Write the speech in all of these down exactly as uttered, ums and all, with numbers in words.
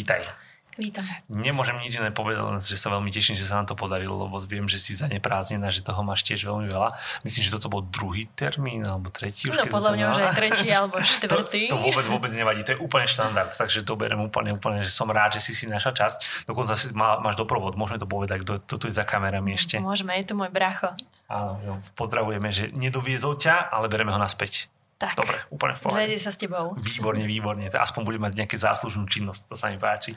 vítaj. Vítam. Nemôžem nič iné povedať, len že sa veľmi teším, že sa nám to podarilo, lebo viem, že si zaneprázdnená, že toho máš tiež veľmi veľa. Myslím, že toto bol druhý termín, alebo tretí. Už no podľa mňa už aj tretí, alebo štvrtý. To, to vôbec, vôbec nevadí, to je úplne štandard, takže to berem úplne, úplne, že som rád, že si si naša časť. Dokonca si má, máš doprovod, môžeme to povedať, kto to tu je za kamerami ešte. Môžeme, je tu môj bracho. Áno, jo, pozdravujeme, že nedoviezol ťa, ale bereme ho naspäť. Tak. Dobre, úplne v pohode. Zvedie sa s tebou. Výborne, výborne. Aspoň budeme mať nejaké záslužnú činnosť, to sa mi páči.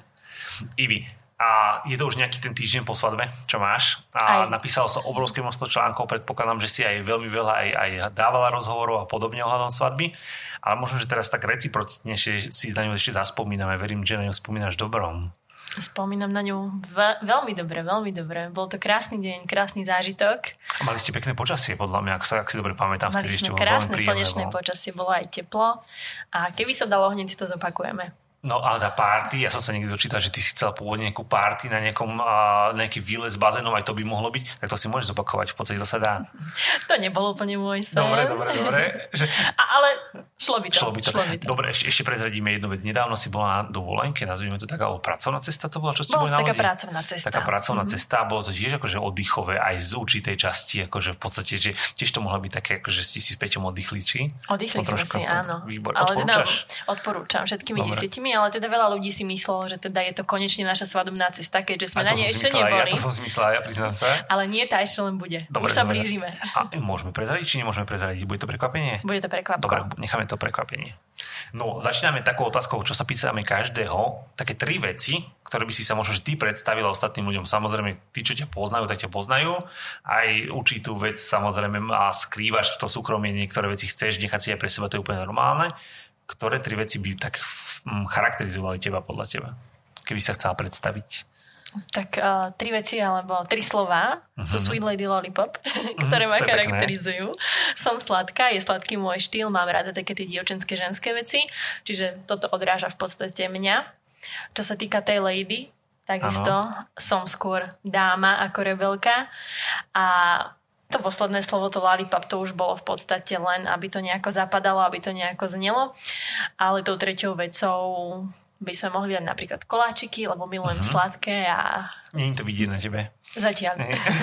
Ivi, a je to už nejaký ten týždeň po svadbe, čo máš? A aj. Napísalo sa obrovské množstvo článkov, predpokladám, že si aj veľmi veľa aj, aj dávala rozhovorov a podobne ohľadom svadby. Ale možno, že teraz tak reciprocitnejšie si na ňu ešte zaspomíname. Verím, že na ňu spomínaš dobrom. Spomínam na ňu ve- veľmi dobre, veľmi dobre. Bol to krásny deň, krásny zážitok. A mali ste pekné počasie, podľa mňa, ak, sa, ak si dobre pamätám. Mali vtedy sme ešte krásne príjemné, slnečné počasie, bolo aj teplo. A keby sa dalo, hneď si to zopakujeme. No ale tá party, ja som sa niekde dočítal, že ty si chcela pôvodne nejakú party na nejakom, uh, nejaký výlet s bazénom, aj to by mohlo byť, tak to si môžeš zopakovať, v podstate to sa dá. To nebol úplne môj sen. Dobre, dobre, dobre. Že... A, ale šlo by to. Šlo by to. Šlo by to. Dobre, ešte, ešte prezradíme jednu vec. Nedávno si bola na dovolenke, nazvime to taká pracovná cesta, to bola, čo si bola boli na taká lodi? pracovná cesta. Taká pracovná mm-hmm. cesta, bolo to tiež akože oddychové aj z určitej časti, akože v podstate, že tiež to mohlo byť také, akože ste si s Peťom oddychli, či? Oddychli sme si, áno. Výbor. Ale odporúčaš? Teda odporúčam všetkými Dobre. desiatimi, ale teda veľa ľudí si myslelo, že teda je to konečne naša svadobná cesta, keďže sme na nej ešte myslela, neboli. Ja to som zmyslela, ja priznám sa. Ale nie, tá ešte len bude. Dobre, Už sa dobre. blížime. A môžeme prezradiť, či nemôžeme prezradiť? Bude to prekvapenie? Bude to prekvapko. Dobre, necháme to prekvapenie. No, začíname takou otázkou, čo sa pýtame každého. Také tri veci, ktoré by si sa možno že ty predstavila ostatným ľuďom. Samozrejme, tí, čo ťa poznajú, tak ťa poznajú. Aj určitú vec, samozrejme, a skrývaš to súkromie, niektoré veci chceš nechať si aj pre seba, to je úplne normálne. Ktoré tri veci by tak charakterizovali teba podľa teba? Keby sa chcela predstaviť. Tak uh, tri veci alebo tri slová uh-huh. sú Sweet Lady Lollipop, ktoré ma charakterizujú. Pekné. Som sladká, je sladký môj štýl, mám rada také tie dievčenské ženské veci, čiže toto odráža v podstate mňa. Čo sa týka tej lady, takisto ano. Som skôr dáma ako rebelka a to posledné slovo, to lollipop, to už bolo v podstate len, aby to nejako zapadalo, aby to nejako znelo. Ale tou treťou vecou by sme mohli dať napríklad koláčiky, lebo milujem uh-huh. sladké a... Nie je to vidieť na tebe. Zatiaľ.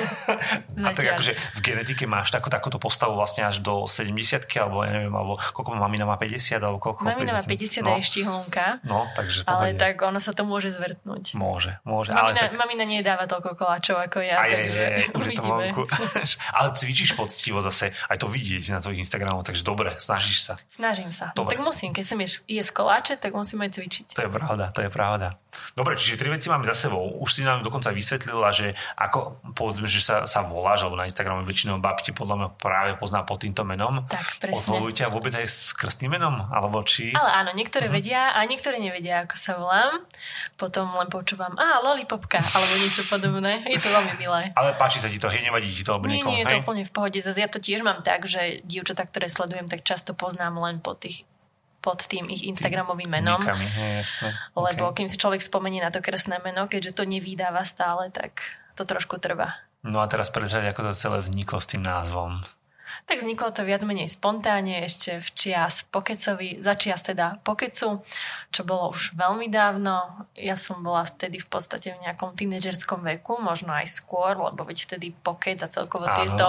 A tak akože v genetike máš takú, takúto postavu vlastne až do sedemdesiatky, alebo ja neviem, alebo koľko mamina má päťdesiat, alebo koľko? Mamina má päťdesiat no. a je štihlunka. No, takže to ale bude. tak ono sa to môže zvrtnúť. Môže, môže. Mamina, ale tak... mamina nedáva toľko koláčov ako ja, aj, takže aj, aj, uvidíme. Ale cvičíš poctivo zase, aj to vidieť na tvojich Instagramoch, takže dobre, snažíš sa. Snažím sa. Dobre. Tak musím, keď som jesť koláče, tak musím aj cvičiť. To je pravda, to je pravda. Dobre, čiže tri veci máme za sebou. Už si nám dokonca vysvetlila, že ako povedzme, že sa, sa voláš, alebo na Instagrame väčšinou babti podľa mňa práve pozná pod týmto menom. Tak, presne. Oslovujú ťa vôbec aj s krstným menom? Alebo či... Ale áno, niektoré uh-huh. vedia a niektoré nevedia, ako sa volám. Potom len počúvam, á, lollipopka, alebo niečo podobné. Je to veľmi milé. Ale páči sa ti to, hej, nevadí ti to, alebo nie, niekomu, nie, je hej? to úplne v pohode. Zase ja to tiež mám tak, že dievčatá, ktoré sledujem, tak často poznám len po tých pod tým ich Instagramovým menom. Nikami, hej, jasné. Lebo okay. kým si človek spomenie na to krstné meno, keďže to nevydáva stále, tak to trošku trvá. No a teraz prezrať, ako to celé vzniklo s tým názvom. Tak vzniklo to viac menej spontánne ešte v čias Pokecovi, za čias teda Pokecu, čo bolo už veľmi dávno. Ja som bola vtedy v podstate v nejakom tínedžerskom veku, možno aj skôr, lebo veď vtedy Pokec a celkovo áno. tieto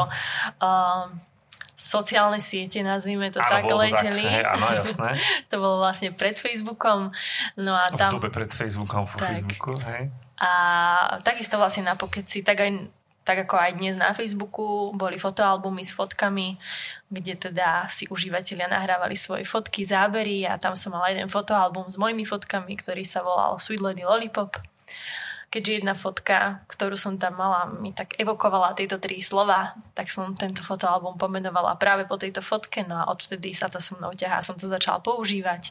um, sociálne siete, nazvime to áno, tak, leteli. To tak, áno, jasné. To bolo vlastne pred Facebookom. No a tam... V dobe pred Facebookom, po tak. Facebooku, hej. A takisto vlastne na Pokeci, tak aj tak ako aj dnes na Facebooku boli fotoalbumy s fotkami, kde teda si užívateľia nahrávali svoje fotky, zábery a tam som mala jeden fotoalbum s mojimi fotkami, ktorý sa volal Sweet Lady Lollipop. Keďže jedna fotka, ktorú som tam mala, mi tak evokovala tieto tri slova, tak som tento fotoalbum pomenovala práve po tejto fotke, no a odvtedy sa to so mnou ťahá, som to začala používať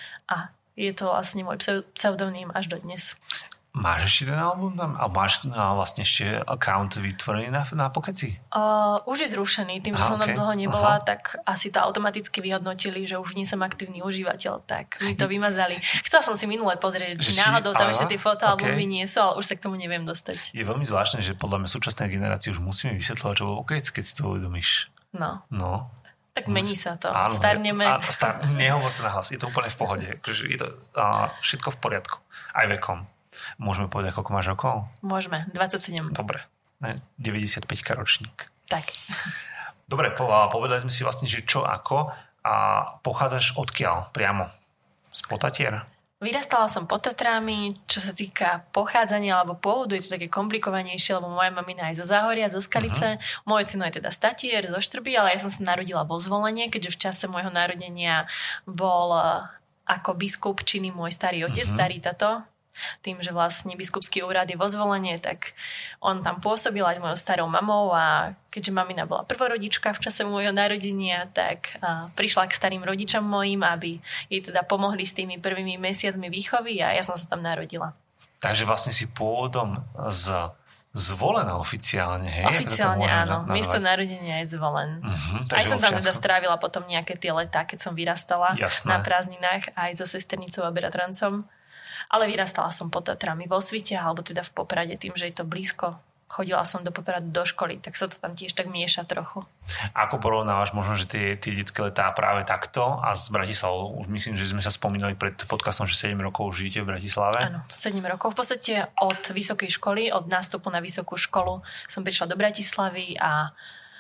a je to vlastne môj pseudonym až do dnes. Máš ešte ten album tam? A máš no, vlastne ešte account vytvorený na, na Pokeci? Uh, už je zrušený. Tým, že Aha, som okay. tam dlho nebola, Aha. tak asi to automaticky vyhodnotili, že už nie som aktívny užívateľ, tak mi to vymazali. Chcela som si minule pozrieť, či, či náhodou tam áno, ešte tie fotoalbumy okay. nie sú, ale už sa k tomu neviem dostať. Je veľmi zvláštne, že podľa mňa súčasnej generácii už musíme vysvetľovať, čo bolo Pokec, keď si to uvedomíš. No. No. Tak mení sa to. Áno, starneme. Áno, star, nehovor to nahlas. Je to úplne v pohode. Je to uh, všetko v poriadku. Aj vekom. Môžeme povedať, koľko máš rokov? Môžeme. dvadsaťsedem. Dobre. deväťdesiatpäť ročník. Tak. Dobre, povedali sme si vlastne, že čo ako. A pochádzaš odkiaľ priamo? Z Potatier? Vyrastala som pod Tatrami, čo sa týka pochádzania alebo pôvodu, je to také komplikovanejšie, lebo moja mamina je zo Záhoria, zo Skalice, uh-huh. Môj ocino je teda z Tatier, zo Štrby, ale ja som sa narodila vo Zvolenie, keďže v čase môjho narodenia bol ako biskup činný môj starý otec, uh-huh. starý tato. Tým, že vlastne biskupský úrad je vo Zvolenie, tak on tam pôsobil aj s mojou starou mamou a keďže mamina bola prvorodička v čase môjho narodenia, tak uh, prišla k starým rodičom mojim, aby jej teda pomohli s tými prvými mesiacmi výchovy a ja som sa tam narodila. Takže vlastne si pôvodom z Zvolená oficiálne, hej? Oficiálne áno, na, miesto narodenia je Zvolen. Uh-huh, aj som tam teda strávila potom nejaké tie letá, keď som vyrastala. Jasné. Na prázdninách aj so sesternicou a bratrancom. Ale vyrastala som pod Tatrami vo Svite, alebo teda v Poprade, tým, že je to blízko. Chodila som do Popradu do školy, tak sa to tam tiež tak mieša trochu. Ako porovnávaš možno, že tie, tie detské letá práve takto a z Bratislavou? Už myslím, že sme sa spomínali pred podcastom, že sedem rokov žijete v Bratislave. Áno, sedem rokov. V podstate od vysokej školy, od nástupu na vysokú školu som prišla do Bratislavy a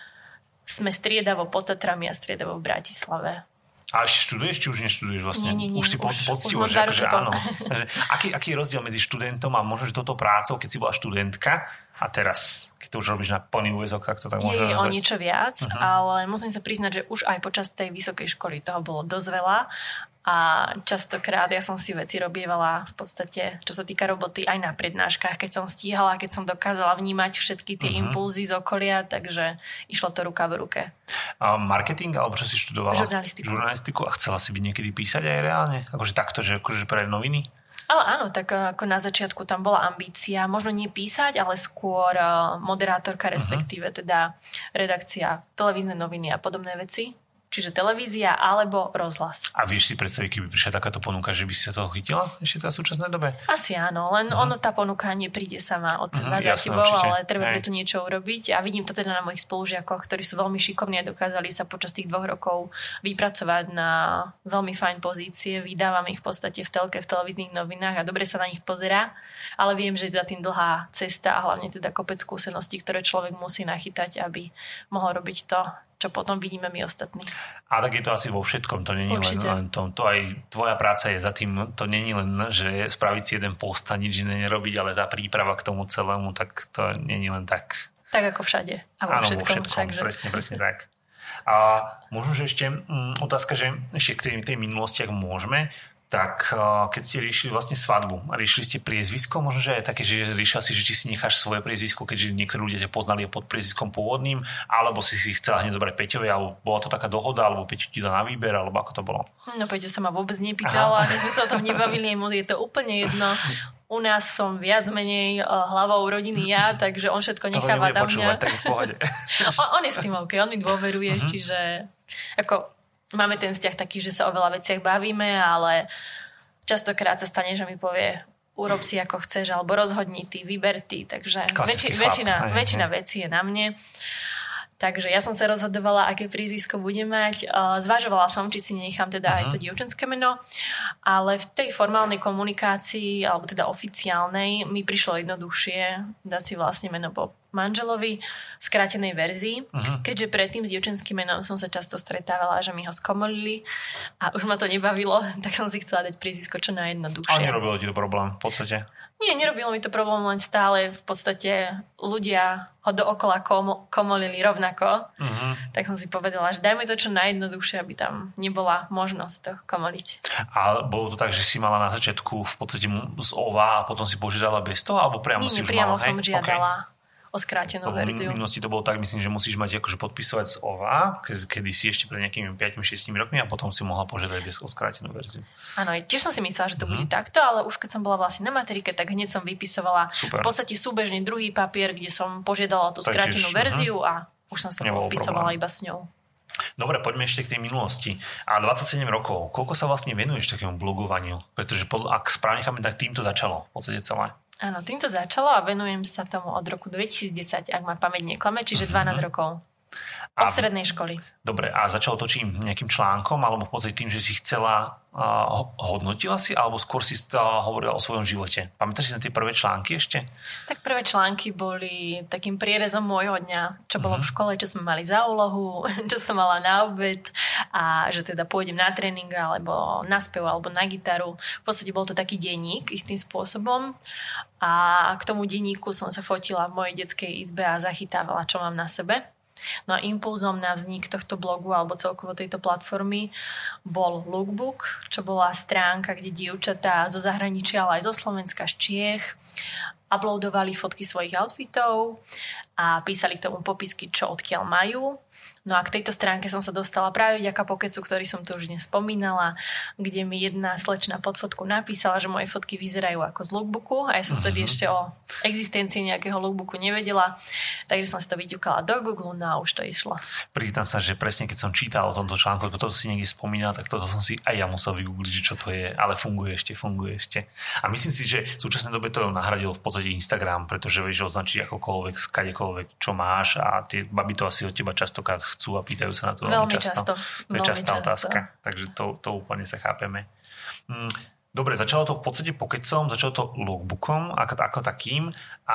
sme striedavo pod Tatrami a striedavo v Bratislave. A ešte študuješ, či už neštuduješ vlastne? Nie, nie, nie. Už si poctivo, že akože áno. Aký, aký je rozdiel medzi študentom a možno, že toto prácou, keď si bola študentka a teraz, keď to už robíš na plný úväzok, tak to tak môže Je rozdiel. o niečo viac, uh-huh. ale musím sa priznať, že už aj počas tej vysokej školy toho bolo dosť veľa a častokrát ja som si veci robievala v podstate, čo sa týka roboty, aj na prednáškach, keď som stíhala, keď som dokázala vnímať všetky tie uh-huh. impulzy z okolia, takže išlo to ruka v ruke. A marketing, alebo čo si študovala? Žurnalistiku. Žurnalistiku. A chcela si byť niekedy písať aj reálne? Akože takto, že akože pre noviny? Ale áno, tak ako na začiatku tam bola ambícia, možno nie písať, ale skôr moderátorka, respektíve uh-huh. teda redakcia, televízne noviny a podobné veci. Čiže televízia alebo rozhlas. A vieš si predstaviť, keby prišla takáto ponuka, že by si sa toho chytila ešte v súčasnej dobe? Asi áno, len uh-huh. ono tá ponuka nepríde sama od seba uh-huh, za tebou, ale treba preto niečo urobiť a vidím to teda na mojich spolužiakoch, ktorí sú veľmi šikovní a dokázali sa počas tých dvoch rokov vypracovať na veľmi fajn pozície. Vydávam ich v podstate v telke, v televíznych novinách a dobre sa na nich pozerá, ale viem, že za tým dlhá cesta a hlavne teda kopec skúseností, ktoré človek musí nachytať, aby mohol robiť to, čo potom vidíme my ostatní. A tak je to asi vo všetkom, to nie je len, len to, to aj tvoja práca je za tým, to nie je len, že spraviť si jeden post a nič iné nerobiť, ale tá príprava k tomu celému, tak to nie je len tak. Tak ako všade. A vo Áno, všetkom, vo všetkom, však, že... presne, presne tak. A možno, že ešte m, otázka, že ešte k tej, tej minulosti, ak môžeme, tak keď ste riešili vlastne svadbu a riešili ste priezvisko, možno, že aj také, že riešila si, že či si necháš svoje priezvisko, keďže niektorí ľudia ťa poznali pod priezviskom pôvodným, alebo si si chcela hneď zobrať Peťové, alebo bola to taká dohoda, alebo Peťo ti dá na výber, alebo ako to bolo? No Peťo sa ma vôbec nepýtala, my sme sa o tom nebavili, je to úplne jedno. U nás som viac menej hlavou rodiny ja, takže on všetko necháva na mňa. Počúvať, tak v pohode. on, on je s tým OK, on mi dôveruje, uh-huh. čiže ako máme ten vzťah taký, že sa o veľa veciach bavíme, ale častokrát sa stane, že mi povie urob si ako chceš, alebo rozhodni ty, vyber ty, takže väčši, väčšina, väčšina vecí je na mne. Takže ja som sa rozhodovala, aké prízvisko budem mať. Zvažovala som, či si nenechám teda uh-huh. aj to dievčenské meno, ale v tej formálnej komunikácii, alebo teda oficiálnej, mi prišlo jednoduchšie dať si vlastne meno po manželovi v skrátenej verzii, uh-huh. keďže predtým s dievčenským menom som sa často stretávala, že mi ho skomolili a už ma to nebavilo, tak som si chcela dať prízvisko čo najjednoduchšie. A nerobilo ti to problém v podstate? Nie, nerobilo mi to problém, len stále v podstate ľudia ho dookola kom- komolili rovnako. Uh-huh. Tak som si povedala, že dajme to čo najjednoduchšie, aby tam nebola možnosť to komoliť. A bolo to tak, že si mala na začiatku v podstate z ó vé á a potom si požiadala bez toho, alebo priamo nie, si už priamo mala? som hej? žiadala. Okay. O skrátenú verziu. V minulosti to bolo tak, myslím, že musíš mať akože podpisovať z ó vé á, kedy si ešte pred nejakými päť šesť rokmi a potom si mohla požiadať bez o skrátenú verziu. Áno, tiež som si myslela, že to mm-hmm. bude takto, ale už keď som bola vlastne na matrike, tak hneď som vypisovala Super. v podstate súbežne druhý papier, kde som požiadala tú skrátenú tiež, verziu uh-huh. a už som sa podpisovala iba s ňou. Dobre, poďme ešte k tej minulosti. A dvadsaťsedem rokov, koľko sa vlastne venuješ takému blogovaniu? Pretože ak správne chápem, tak týmto začalo v podstate celé. Áno, týmto začalo a venujem sa tomu od roku dvetisícdesať, ak ma pamäť neklame, čiže dvanásť uh-huh. rokov. Od strednej školy. Dobre, a začalo to čím? Nejakým článkom, alebo v podstate tým, že si chcela, uh, hodnotila si, alebo skôr si uh, hovorila o svojom živote? Pamätáš si na tie prvé články ešte? Tak prvé články boli takým prierezom môjho dňa, čo bolo uh-huh. v škole, čo sme mali za úlohu, čo som mala na obed a že teda pôjdem na tréning, alebo na spev, alebo na gitaru. V podstate bol to taký denník istým spôsobom a k tomu denníku som sa fotila v mojej detskej izbe a zachytávala, čo mám na sebe. No a impulzom na vznik tohto blogu alebo celkovo tejto platformy bol Lookbook, čo bola stránka, kde dievčatá zo zahraničia, ale aj zo Slovenska, z Čiech uploadovali fotky svojich outfitov a písali k tomu popisky, čo odkiaľ majú. No a k tejto stránke som sa dostala práve vďaka Pokecu, ktorý som tu už dnes spomínala, kde mi jedna slečna pod fotku napísala, že moje fotky vyzerajú ako z lookbooku a ja som vtedy uh-huh. ešte o existencii nejakého lookbooku nevedela, takže som si to vyťukala do Google, no a už to išlo. Priznám sa, že presne keď som čítal o tomto článku, toto si niekde spomínal, tak toto som si aj ja musel vygoogliť, že čo to je, ale funguje ešte, funguje ešte. A myslím si, že v súčasnej dobe to nahradil v podstate Instagram, pretože vieš označiť akokoľvek, skadekoľvek, čo máš a tie baby to asi od teba častokrát chcú a pýtajú sa na to veľmi, veľmi často. často. To je častá často. Otázka, takže to, to úplne sa chápeme. Dobre, začalo to v podstate Pokecom, začalo to Lookbookom ako, ako takým a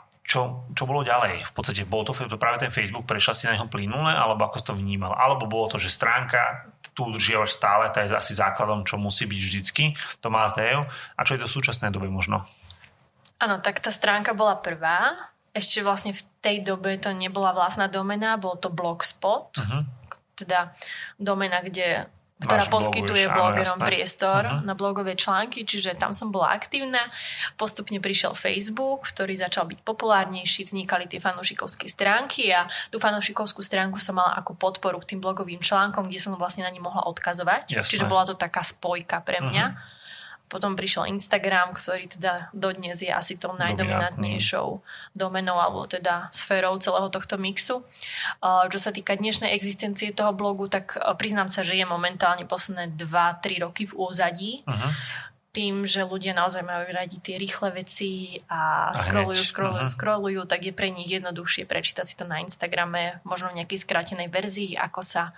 čo, čo bolo ďalej? V podstate bolo to práve ten Facebook, prešla si na neho plynule, alebo ako si to vnímal? Alebo bolo to, že stránka, tu udržiavaš stále, to je asi základom, čo musí byť vždycky, to má zdajú. A čo je to v súčasnej dobe možno? Áno, tak tá stránka bola prvá. Ešte vlastne v tej dobe to nebola vlastná domena, bol to Blogspot, uh-huh. teda domena, kde, ktorá Máš poskytuje bloguješ, blogerom áno, priestor uh-huh. na blogové články, čiže tam som bola aktívna. Postupne prišiel Facebook, ktorý začal byť populárnejší, vznikali tie fanúšikovské stránky a tú fanúšikovskú stránku som mala ako podporu k tým blogovým článkom, kde som vlastne na ne mohla odkazovať. Jasné. Čiže bola to taká spojka pre mňa. Uh-huh. Potom prišiel Instagram, ktorý teda dodnes je asi tou najdominantnejšou domenou alebo teda sférou celého tohto mixu. Čo sa týka dnešnej existencie toho blogu, tak priznám sa, že je momentálne posledné dva tri roky v úzadí. Uh-huh. Tým, že ľudia naozaj majú radi tie rýchle veci a scrollujú, scrollujú, uh-huh. scrollujú, tak je pre nich jednoduchšie prečítať si to na Instagrame, možno v nejakej skrátenej verzii, ako sa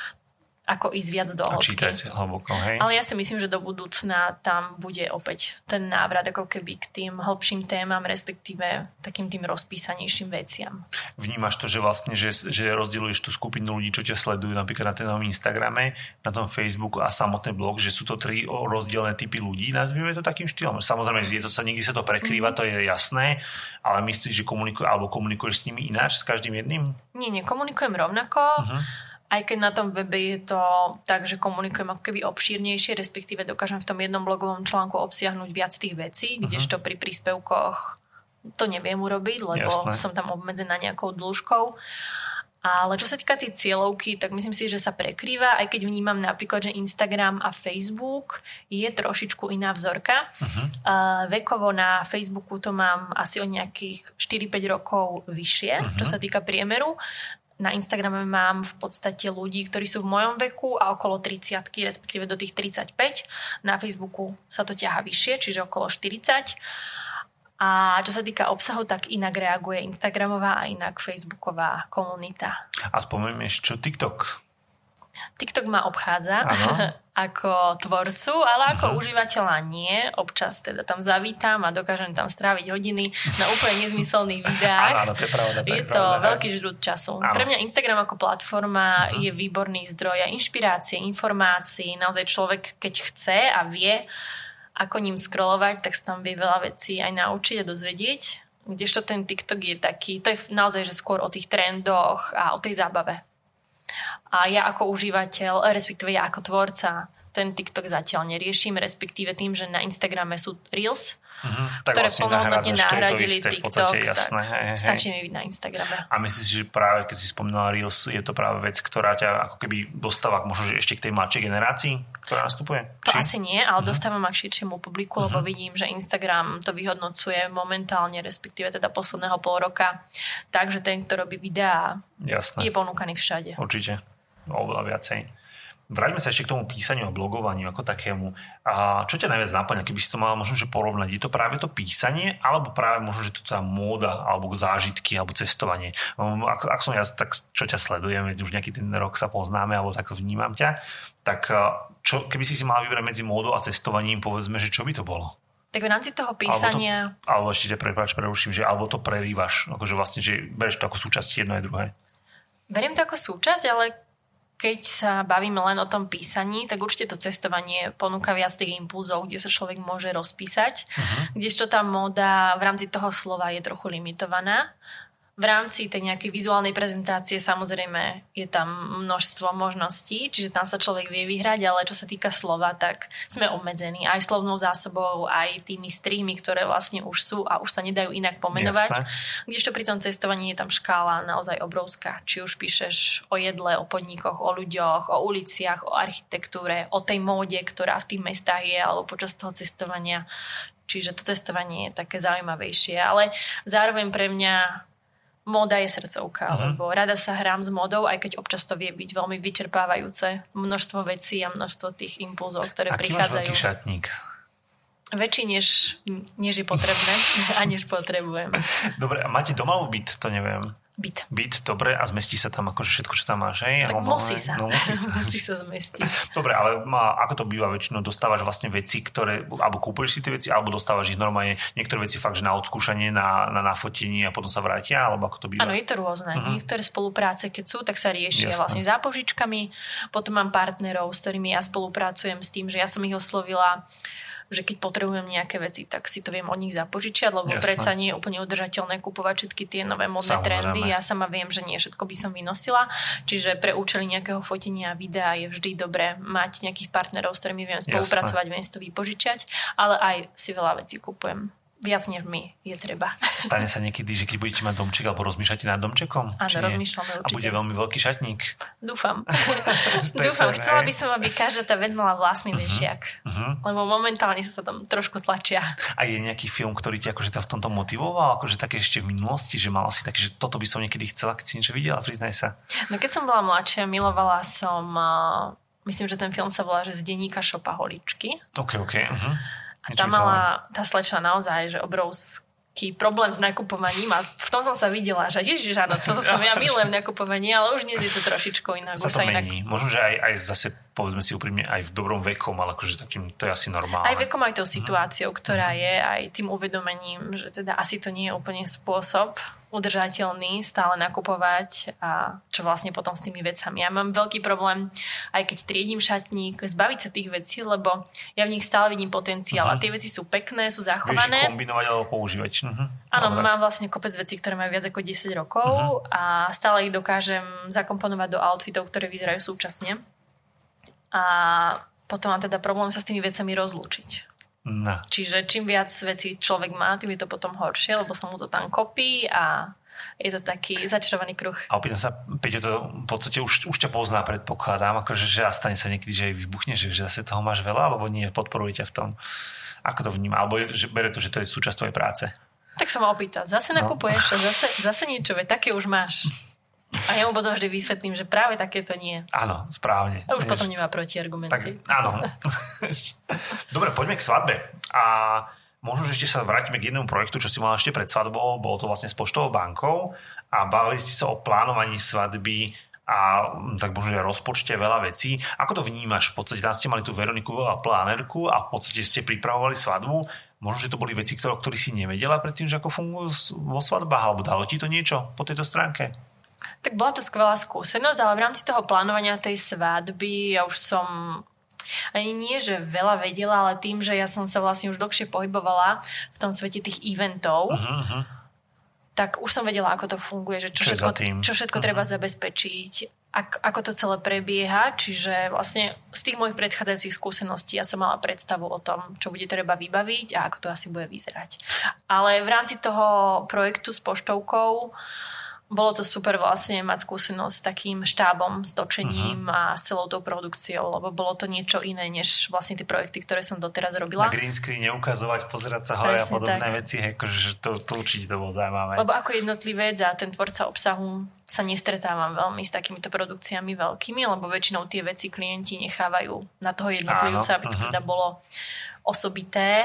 ako ísť viac do hĺbky. Čítať hlboko, hej? Ale ja si myslím, že do budúcna tam bude opäť ten návrat ako keby k tým hĺbším témam, respektíve takým tým rozpísanejším veciam. Vnímaš to, že vlastne, že, že rozdieluješ tú skupinu ľudí, čo ťa sledujú napríklad na tom Instagrame, na tom Facebooku a samotný blog, že sú to tri rozdielne typy ľudí, nazvime to takým štýlom. Samozrejme, je to sa, niekde sa to prekrýva, mm. to je jasné, ale myslíš, že komunikuješ alebo komunikuješ s nimi ináč, s každým jedným? Nie, nie, komunikujem rovnako. Uh-huh. Aj keď na tom webe je to tak, že komunikujem ako keby obšírnejšie, respektíve dokážem v tom jednom blogovom článku obsiahnuť viac tých vecí, uh-huh. kdežto pri príspevkoch to neviem urobiť, lebo Jasné. som tam obmedzená nejakou dĺžkou. Ale čo sa týka tej cieľovky, tak myslím si, že sa prekrýva, aj keď vnímam napríklad, že Instagram a Facebook je trošičku iná vzorka. Uh-huh. Uh, vekovo na Facebooku to mám asi o nejakých štyri päť rokov vyššie, uh-huh. čo sa týka priemeru. Na Instagrame mám v podstate ľudí, ktorí sú v mojom veku a okolo tridsiatky, respektíve do tých tridsaťpäť. Na Facebooku sa to ťaha vyššie, čiže okolo štyridsať. A čo sa týka obsahu, tak inak reaguje Instagramová a inak Facebooková komunita. A spomenieš, čo TikTok? TikTok ma obchádza ako tvorcu, ale ako uh-huh. užívateľa nie. Občas teda tam zavítam a dokážem tam stráviť hodiny na úplne nezmyselných videách. Áno, to je pravda. To je, je to pravda, veľký žrút času. Áno. Pre mňa Instagram ako platforma uh-huh. je výborný zdroj a inšpirácie, informácií. Naozaj človek, keď chce a vie, ako ním scrollovať, tak sa tam vie veľa vecí aj naučiť a dozvedieť. Kdežto ten TikTok je taký, to je naozaj že skôr o tých trendoch a o tej zábave. A ja ako užívateľ, respektíve ja ako tvorca, ten TikTok zatiaľ neriešim, respektíve tým, že na Instagrame sú Reels, uh-huh. ktoré vlastne plnohodnotne nahradili TikTok, jasné, tak hej, hej. stačí mi byť na Instagrame. A myslíš, že práve keď si spomínala Reels, je to práve vec, ktorá ťa ako keby dostáva možno ešte k tej mladšej generácii, ktorá nastupuje? To Či? asi nie, ale uh-huh. dostávam k širšiemu publiku, uh-huh. lebo vidím, že Instagram to vyhodnocuje momentálne, respektíve teda posledného pol roka. Takže ten, kto robí videá, jasné. je ponúkaný všade. Určite. Oveľa viacej. vráťme sa ešte k tomu písaniu a blogovaniu ako takému. A čo ťa najviac náplňa, keby si to mala možno že porovnať? Je to práve to písanie, alebo práve možno, že to tá móda, alebo zážitky, alebo cestovanie? Ak, ak som ja, tak čo ťa sledujem, už nejaký ten rok sa poznáme, alebo takto vnímam ťa, tak čo, keby si si mala vyberať medzi módou a cestovaním, povedzme, že čo by to bolo? Tak v rámci toho písania... Alebo, to, alebo ešte ťa prepáč, preruším, že alebo to prerývaš, akože vlastne, že bereš to ako súčasť jedno aj druhé. Beriem to ako súčasť, ale keď sa bavíme len o tom písaní, tak určite to cestovanie ponúka viac tých impulzov, kde sa človek môže rozpísať. Uh-huh. Kdežto tá móda v rámci toho slova je trochu limitovaná. V rámci tej nejakej vizuálnej prezentácie samozrejme je tam množstvo možností, čiže tam sa človek vie vyhrať, ale čo sa týka slova, tak sme obmedzení aj slovnou zásobou, aj tými strihmi, ktoré vlastne už sú a už sa nedajú inak pomenovať. Jasne. Kdežto pri tom cestovaní je tam škála naozaj obrovská. Či už píšeš o jedle, o podnikoch, o ľuďoch, o uliciach, o architektúre, o tej móde, ktorá v tých mestách je, alebo počas toho cestovania. Čiže to cestovanie je také zaujímavejšie. Ale zároveň pre mňa móda je srdcovka, uh-huh. lebo rada sa hrám s módou, aj keď občas to vie byť veľmi vyčerpávajúce. Množstvo vecí a množstvo tých impulzov, ktoré Aký prichádzajú. Aký máš veľký šatník? Väčší, než, než je potrebné a než potrebujem. Dobre, a máte doma byt? To neviem. Byt. Byt, dobre, a zmestí sa tam akože všetko, čo tam máš, hej? Tak Alebo, musí sa. No, musí sa. musí sa zmestiť. Dobre, ale má, ako to býva väčšinou? Dostávaš vlastne veci, ktoré, alebo kúpuješ si tie veci, alebo dostávaš ich normálne, niektoré veci fakt, že na odskúšanie, na, na nafotenie a potom sa vrátia, alebo ako to býva? Áno, je to rôzne. Uh-huh. Niektoré spolupráce, keď sú, tak sa riešia Jasne. vlastne za požičkami. Potom mám partnerov, s ktorými ja spolupracujem s tým, že ja som ich oslovila, že keď potrebujem nejaké veci, tak si to viem od nich zapožičiať, lebo Jasne. predsa nie je úplne udržateľné kupovať všetky tie nové modné trendy. Ja sama viem, že nie všetko by som vynosila, čiže pre účely nejakého fotenia videa je vždy dobré mať nejakých partnerov, s ktorými viem spolupracovať, Jasne. viem si to vypožičať, ale aj si veľa vecí kupujem. Viac než mi je treba. Stane sa niekedy, že keď budete mať domček alebo rozmýšľate nad domčekom? Áno, rozmýšľame určite. A bude veľmi veľký šatník? Dúfam. Dúfam. Chcela by som, aby každá tá vec mala vlastný uh-huh. vešiak. Uh-huh. Lebo momentálne sa tam trošku tlačia. A je nejaký film, ktorý ťa akože v tomto motivoval? Akože také ešte v minulosti, že mala si také, že toto by som niekedy chcela, keď si niečo videla? Priznaj sa. No keď som bola mladšia, milovala som, uh, myslím, že ten film sa volá, že z denníka šopaholičky. OK, OK. Uh-huh. A tam mala tá slečna naozaj, že obrovský problém s nakupovaním a v tom som sa videla, že ježiš, áno, toto som ja milujem nakupovanie, ale už dnes je to trošičku inak. Sa to sa mení. Inak... Možno, že aj, aj zase, povedzme si úprimne, aj v dobrom vekom, ale akože takým, to je asi normálne. Aj vekom, aj tou situáciou, ktorá je, aj tým uvedomením, že teda asi to nie je úplne spôsob udržateľný stále nakupovať a čo vlastne potom s tými vecami. Ja mám veľký problém, aj keď triedím šatník, zbaviť sa tých vecí, lebo ja v nich stále vidím potenciál uh-huh. a tie veci sú pekné, sú zachované. Vieš ich kombinovať alebo používať. Uh-huh. Áno, mám vlastne kopec vecí, ktoré majú viac ako desať rokov uh-huh. a stále ich dokážem zakomponovať do outfitov, ktoré vyzerajú súčasne. A potom mám teda problém sa s tými vecami rozlúčiť. No. Čiže čím viac vecí človek má, tým je to potom horšie, lebo sa mu to tam kopí a je to taký začarovaný kruh. A opýtam sa, Peťo, to v podstate už, už ťa pozná, predpokladám, akože, že a stane sa niekedy, že aj vybuchne, že, že zase toho máš veľa, alebo nie, podporuje ťa v tom. Ako to vníma? Alebo že bere to, že to je súčasť tvojej práce? Tak som ma opýtal, zase nakupuješ no. a zase, zase niečo, veď také už máš. A ja mu potom vždy vysvetlím, že práve takéto nie. Áno, správne. A už vieš. Potom nemá protiargumenty. Tak, áno. Dobre, poďme k svadbe. A možno, že ešte sa vrátime k jednému projektu, čo si mal ešte pred svadbou. Bolo to vlastne s Poštovou bankou a bavili ste sa o plánovaní svadby a tak možno, že rozpočte veľa vecí. Ako to vnímaš? V podstate tam ste mali tú Veroniku a plánerku a v podstate ste pripravovali svadbu. Možno, že to boli veci, ktoré, ktoré si nevedela predtým, že ako fungujú vo svadbách, alebo dalo ti to niečo po tejto stránke? Tak bola to skvelá skúsenosť, ale v rámci toho plánovania tej svadby ja už som ani nie, že veľa vedela, ale tým, že ja som sa vlastne už dlhšie pohybovala v tom svete tých eventov, uh-huh, uh-huh. tak už som vedela, ako to funguje, že čo, čo všetko, čo všetko uh-huh. treba zabezpečiť, ak, ako to celé prebieha, čiže vlastne z tých mojich predchádzajúcich skúseností ja som mala predstavu o tom, čo bude treba vybaviť a ako to asi bude vyzerať. Ale v rámci toho projektu s poštovkou bolo to super vlastne mať skúsenosť s takým štábom, s točením uh-huh. a s celou tou produkciou, lebo bolo to niečo iné, než vlastne tie projekty, ktoré som doteraz robila. Na green screen neukazovať, pozerať sa hore a podobné tak. veci, akože to, to určite to bolo zaujímavé. Lebo ako jednotlivec a ten tvorca obsahu sa nestretávam veľmi s takýmito produkciami veľkými, lebo väčšinou tie veci klienti nechávajú na toho jednotlivca, aby to uh-huh. teda bolo osobité.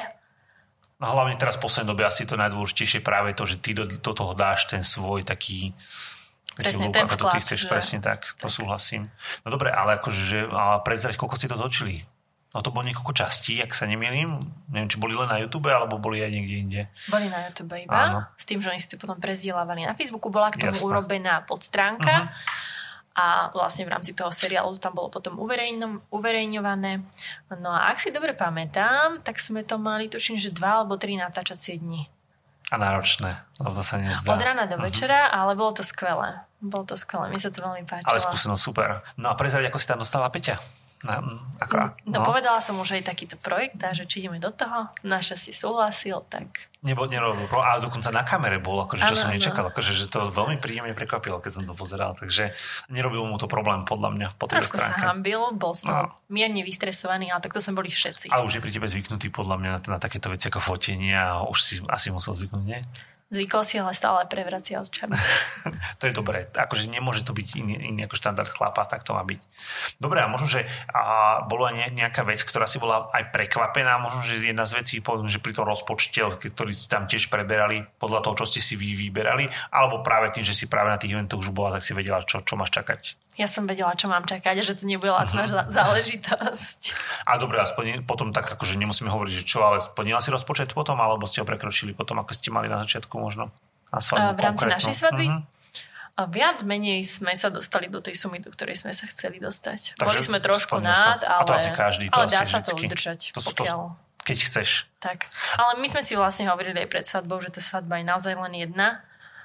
No hlavne teraz v poslednej dobe asi to najdôležitejšie práve to, že ty do, do toho dáš ten svoj taký presne taký ten lúk, vklad. Ty chceš, že... presne tak, to tak. súhlasím. No dobre, ale akože prezrať, koľko ste to točili? No to bolo niekoľko častí, ak sa nemýlim. Neviem, či boli len na YouTube, alebo boli aj niekde inde. Boli na YouTube iba. Áno. S tým, že oni si to potom prezdielávali na Facebooku. Bola k tomu Jasné. urobená podstránka. Uh-huh. A vlastne v rámci toho seriálu tam bolo potom uverejno, uverejňované. No a ak si dobre pamätám, tak sme to mali, tuším, že dva alebo tri natáčacie dni. A náročné, lebo to sa nezdá. Od rána do večera, uh-huh. ale bolo to skvelé. Bolo to skvelé, mi sa to veľmi páčilo. Ale skúsenosť super. No a prezrať, ako si tam dostala Peťa? Na, ako, no, no povedala som už aj takýto projekt, a že či ideme do toho. Naša si súhlasil, tak... Nebo, nerobil, ale dokonca na kamere bol, akože, čo ano, som nečakal, ano. akože, že to veľmi príjemne prekvapilo, keď som to pozeral, takže nerobil mu to problém podľa mňa po tej Trošku stránke. sa hambil, bol z toho no. mierne vystresovaný, ale takto sme boli všetci. A už je pri tebe zvyknutý podľa mňa na, na takéto veci ako fotenie a už si asi musel zvyknúť, nie? Zvykol si, ale stále prevracia očami. To je dobré. Akože nemôže to byť iný, iný ako štandard chlapa, tak to má byť. Dobre, a možno, že a bola nejaká vec, ktorá si bola aj prekvapená, možno, že jedna z vecí, poviem, že pri tom rozpočte, ktorý si tam tiež preberali, podľa toho, čo ste si vy vyberali, alebo práve tým, že si práve na tých eventoch už bola, tak si vedela, čo, čo máš čakať. Ja som vedela, čo mám čakať, že to nebude lacná uh-huh. záležitosť. A dobre, a splni, potom tak, akože nemusíme hovoriť, že čo, ale splnila si rozpočet potom, alebo ste ho prekročili potom, ako ste mali na začiatku možno? Na svadbu, v rámci konkrétno. Našej svadby? Uh-huh. A viac menej sme sa dostali do tej sumy, do ktorej sme sa chceli dostať. Takže boli sme trošku nad, ale, a to asi každý, to ale asi dá sa vždycky. to udržať, to, pokiaľ... To, keď chceš. Tak. Ale my sme si vlastne hovorili aj pred svadbou, že tá svadba je naozaj len jedna.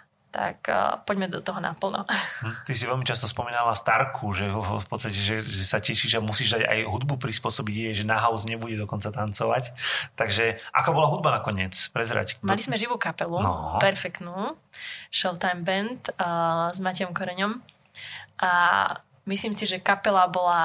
Tak uh, poďme do toho naplno. Ty si veľmi často spomínala Starku, že v podstate, že, že sa tešíš, že musíš dať aj hudbu prispôsobiť jej, že na house nebude dokonca tancovať. Takže aká bola hudba nakoniec? Prezrať. Mali sme živú kapelu, no. perfektnú, Showtime Band uh, s Matejom Koreňom. A myslím si, že kapela bola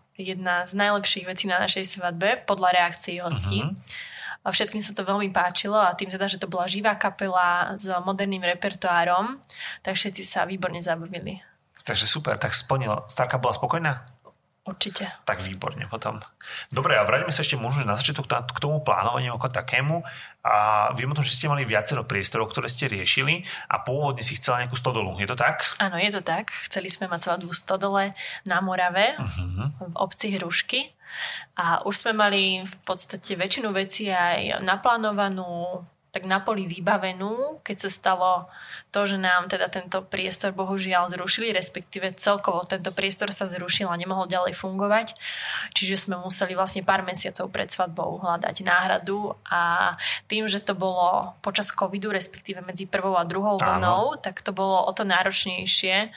jedna z najlepších vecí na našej svadbe, podľa reakcií hostí. Uh-huh. A všetkým sa to veľmi páčilo a tým teda, že to bola živá kapela s moderným repertoárom, tak všetci sa výborne zabavili. Takže super, tak splnilo. Starka bola spokojná? Určite. Tak výborne potom. Dobre, a vráťme sa ešte možno na začiatok k tomu plánovaniu ako takému. A viem o tom, že ste mali viacero priestorov, ktoré ste riešili a pôvodne si chcela nejakú stodolu. Je to tak? Áno, je to tak. Chceli sme mať svadbu v stodole na Morave, uh-huh. v obci Hrušky. A už sme mali v podstate väčšinu vecí aj naplánovanú, tak na poli vybavenú, keď sa stalo to, že nám teda tento priestor bohužiaľ zrušili, respektíve celkovo tento priestor sa zrušil a nemohol ďalej fungovať. Čiže sme museli vlastne pár mesiacov pred svadbou hľadať náhradu a tým, že to bolo počas covidu, respektíve medzi prvou a druhou vlnou, tak to bolo o to náročnejšie,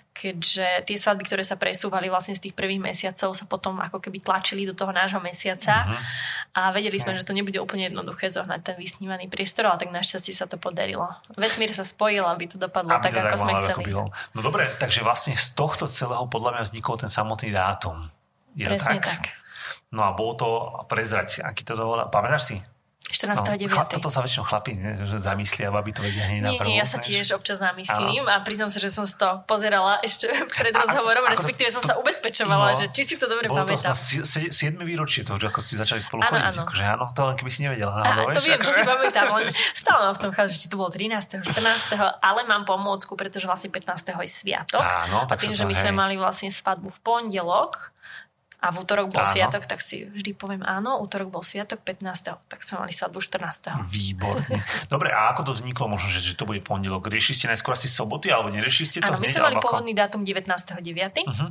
keďže tie svadby, ktoré sa presúvali vlastne z tých prvých mesiacov, sa potom ako keby tlačili do toho nášho mesiaca uh-huh. a vedeli sme, že to nebude úplne jednoduché zohnať ten vysnívaný priestor, ale tak našťastie sa to podarilo. Vesmír sa spojil, aby to dopadlo aby tak, to ako tak sme chceli. No dobre, takže vlastne z tohto celého podľa mňa vznikol ten samotný dátum. Je Presne to tak? tak. No a bolo to prezrať, aký to dovolá. Pamätáš si? štrnásteho deviateho No, toto sa väčšinou chlapí, ne? Že zamyslia, aby to vedia hneď na prvú. Nie, nie, ja sa tiež občas zamyslím a priznám sa, že som si to pozerala ešte pred rozhovorom, a, respektíve to, som sa ubezpečovala, no, že či si to dobre bolo pamätám. Bolo to siedme výročie toho, ako ste začali spolu áno, chodiť. Áno. Akože áno, to len keby si nevedela. Áno, to viem, to si pamätám, len stále mám v tom cháže, či to bolo trinásteho štrnásteho ale mám pomôcku, pretože vlastne pätnásteho je sviatok. Áno, tak a tým, to, že my hej. sme mali vlastne svadbu v pondelok, a v útorok bol áno. sviatok, tak si vždy poviem áno, útorok bol sviatok pätnásteho tak sme mali svadbu štrnásteho Výborne. Dobre, a ako to vzniklo možno, že, že to bude pondelok? Riešili ste najskôr asi soboty, alebo neriešili ste to? Áno, my sme mali pôvodný dátum devätnásteho deviateho Uh-huh.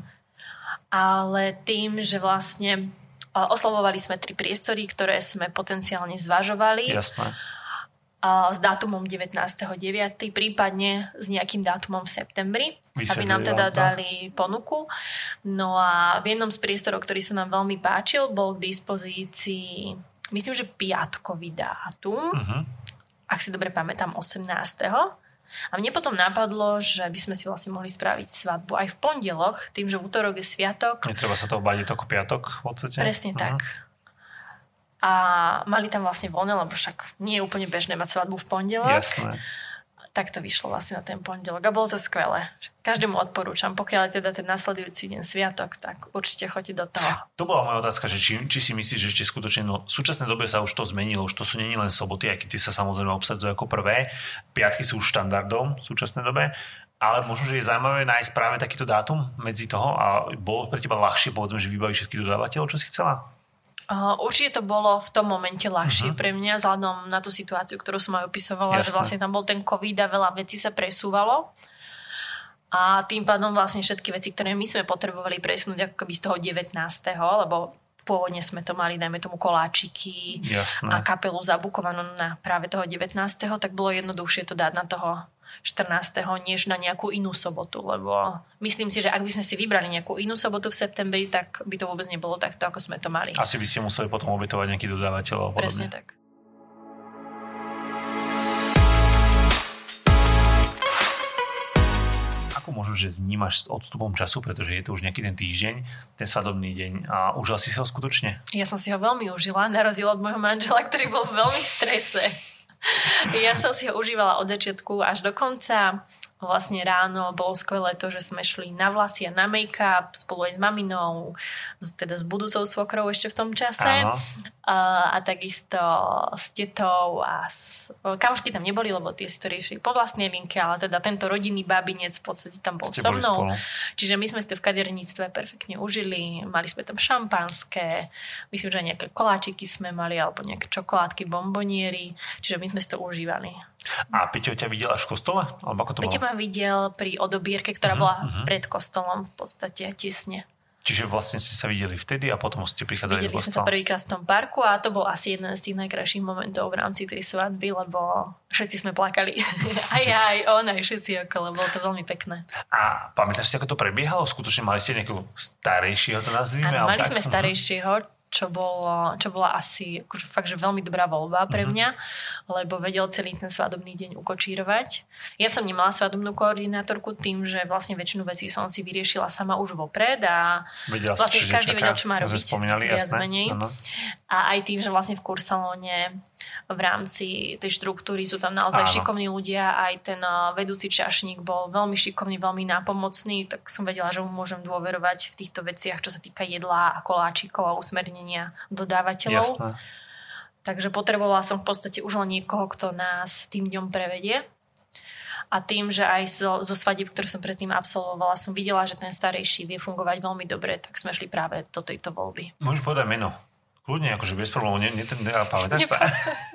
Ale tým, že vlastne oslovovali sme tri priestory, ktoré sme potenciálne zvažovali. Jasné. S dátumom devätnásteho deviateho prípadne s nejakým dátumom v septembri, Vysvedli aby nám teda dali ponuku. No a v jednom z priestorov, ktorý sa nám veľmi páčil, bol k dispozícii, myslím, že piatkový dátum, uh-huh. ak si dobre pamätám, osemnásteho A mne potom napadlo, že by sme si vlastne mohli spraviť svadbu aj v pondelok, tým, že v útorok je sviatok. Netreba sa toho báť, je to ako piatok v podstate. Presne uh-huh. tak. A mali tam vlastne voľné, lebo však nie je úplne bežné mať svadbu v pondelok. Jasné. Tak to vyšlo vlastne na ten pondelok. A bolo to skvelé. Každému odporúčam. Pokiaľ je teda ten nasledujúci deň sviatok, tak určite choďte do toho. To bola moja otázka, že či, či si myslíš, že ešte skutočne no, v súčasnej dobe sa už to zmenilo. Už to sú nie len soboty, aj keď tie sa samozrejme obsadzujú ako prvé. Piatky sú už štandardom v súčasnej dobe. Ale možno, že je zaujímavé nájsť práve takýto dátum medzi toho a bolo pre teba ľahšie, povedzme, že vybaviť všetkých dodávateľov, čo si chcela? Uh, určite to bolo v tom momente ľahšie uh-huh. pre mňa, vzhľadom na tú situáciu, ktorú som aj opisovala, Jasné. Že vlastne tam bol ten COVID a veľa vecí sa presúvalo. A tým pádom vlastne všetky veci, ktoré my sme potrebovali presunúť ako keby z toho devätnásteho lebo pôvodne sme to mali, dajme tomu koláčiky Jasné. A kapelu zabukovanú na práve toho devätnásteho tak bolo jednoduchšie to dať na toho štrnásteho než na nejakú inú sobotu, lebo myslím si, že ak by sme si vybrali nejakú inú sobotu v septembri, tak by to vôbec nebolo takto, ako sme to mali. Asi by ste museli potom obetovať nejaký dodávateľ. Presne tak. Ako možno, že vnímaš s odstupom času, pretože je to už nejaký ten týždeň, ten svadobný deň a užil si si ho skutočne? Ja som si ho veľmi užila, na rozdiel od môjho manžela, ktorý bol veľmi v strese. Ja som si ho užívala od začiatku až do konca. Vlastne ráno bolo skvelé to, že sme šli na vlasy a na make-up spolu aj s maminou, teda s budúcou svokrou ešte v tom čase. A, a takisto s tetou a s... kamošky tam neboli, lebo tie si to riešili po vlastnej linke, ale teda tento rodinný babinec v podstate tam bol Ste so mnou. Spolu. Čiže my sme si to v kaderníctve perfektne užili. Mali sme tam šampanské, myslím, že nejaké koláčiky sme mali, alebo nejaké čokoládky, bombonieri. Čiže my sme si to užívali. A Peťo ťa videl až v kostole? Alebo ako to Peťo ma videl pri odobierke, ktorá uh-huh, bola uh-huh. pred kostolom v podstate tesne. Čiže vlastne ste sa videli vtedy a potom ste prichádzali Videli do kostola. Videli sme sa prvýkrát v tom parku a to bol asi jeden z tých najkrajších momentov v rámci tej svadby, lebo všetci sme plakali. Aj ja, aj on, aj všetci okolo. Bolo to veľmi pekné. A pamätáš si, ako to prebiehalo? Skutočne mali ste nejakého starejšieho, to nazvime? Áno, mali tak? sme starejšieho, čo, bolo, čo bola asi akože fakt, že veľmi dobrá voľba pre mňa, uh-huh. lebo vedel celý ten svadobný deň ukočírovať. Ja som nemala svadobnú koordinátorku tým, že vlastne väčšinu vecí som si vyriešila sama už vopred a vedela vlastne si, každý čaká, vedel, čo má robiť. Viac jasné. menej. Uh-huh. A aj tým, že vlastne v kursalóne v rámci tej štruktúry sú tam naozaj Áno. šikovní ľudia, aj ten vedúci čašník bol veľmi šikovný, veľmi nápomocný, tak som vedela, že mu môžem dôverovať v týchto veciach, čo sa týka jedla a koláčikov a usmernenia dodávateľov. Jasné. Takže potrebovala som v podstate už len niekoho, kto nás tým dňom prevedie. A tým, že aj zo, zo svadieb, ktoré som predtým absolvovala, som videla, že ten starejší vie fungovať veľmi dobre, tak sme šli práve do tejto voľby. Môžeš povedať meno? Kľudne, akože bez problémov, ne, ne, ne, pamätáš sa?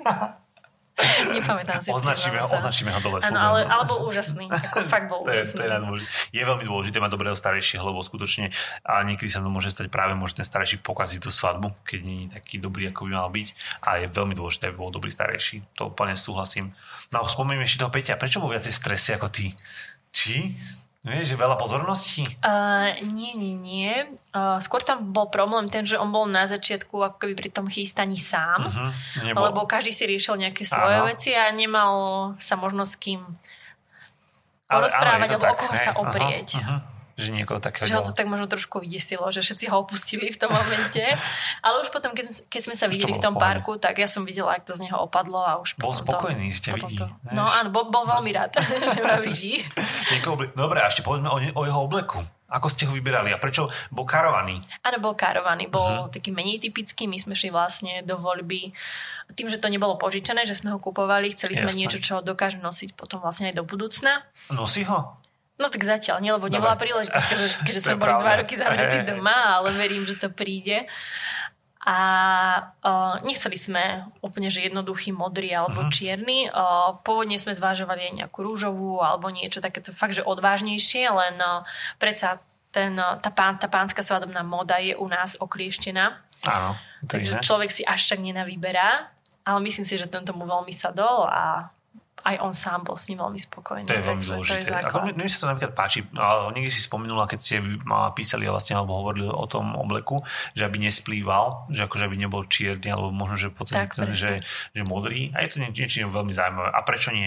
Nepamätám si. Označíme, označíme ho dole. Áno, ale, ale bol úžasný. Ako fakt bol úžasný. to je, to je, je veľmi dôležité mať dobrého starejšieho, lebo skutočne a niekedy sa to môže stať práve, môže ten starejší pokaziť tú svadbu, keď nie je taký dobrý, ako by mal byť. A je veľmi dôležité, aby bol dobrý starejší. To úplne súhlasím. No spomínam ešte toho Peťa. Prečo bol viacej stresy ako ty? Či? Vieš, že veľa pozorností? Uh, nie, nie, nie. Uh, skôr tam bol problém ten, že on bol na začiatku ako keby pri tom chystaní sám, uh-huh, lebo každý si riešil nejaké svoje Áno. veci a nemal sa možno s kým porozprávať, alebo o koho sa oprieť. Uh-huh, uh-huh. Že niekoho takého... Že ho to tak možno trošku vydesilo, že všetci ho opustili v tom momente. Ale už potom, keď sme, keď sme sa videli v tom parku, tak ja som videla, ako to z neho opadlo a už bol potom spokojný, to, že ťa vidí. To. No áno, bol, bol veľmi rád, že ma vidí. Dobre, a ešte povedzme o, ne, o jeho obleku. Ako ste ho vyberali a prečo bol karovaný? Áno, bol karovaný, bol uh-huh. taký menej typický. My sme šli vlastne do voľby tým, že to nebolo požičané, že sme ho kupovali, chceli sme Jasné. niečo, čo dokáže nosiť potom vlastne aj do budúcna. Nosí ho? No tak zatiaľ nie, lebo nebola príležitosť, keďže, keďže sme boli dva roky zavretí doma, ale verím, že to príde. A uh, nechceli sme úplne, že jednoduchý modrý alebo uh-huh. čierny. Uh, pôvodne sme zvážovali aj nejakú rúžovú alebo niečo takéto fakt, že odvážnejšie, len uh, predsa ten, uh, tá, pán, tá pánska svadobná móda je u nás oklieštená. Áno. Takže človek si až tak nenavyberá, ale myslím si, že tento mu veľmi sadol a aj on sám bol s ním veľmi spokojný. To je veľmi dôležité. Mne sa to napríklad páči, ale niekde si spomenula, keď ste písali vlastne, alebo hovorili o tom obleku, že aby nesplýval, že akože aby nebol čierny, alebo možno, že v podstate ten, že, že modrý. A je to niečo veľmi zaujímavé. A prečo nie?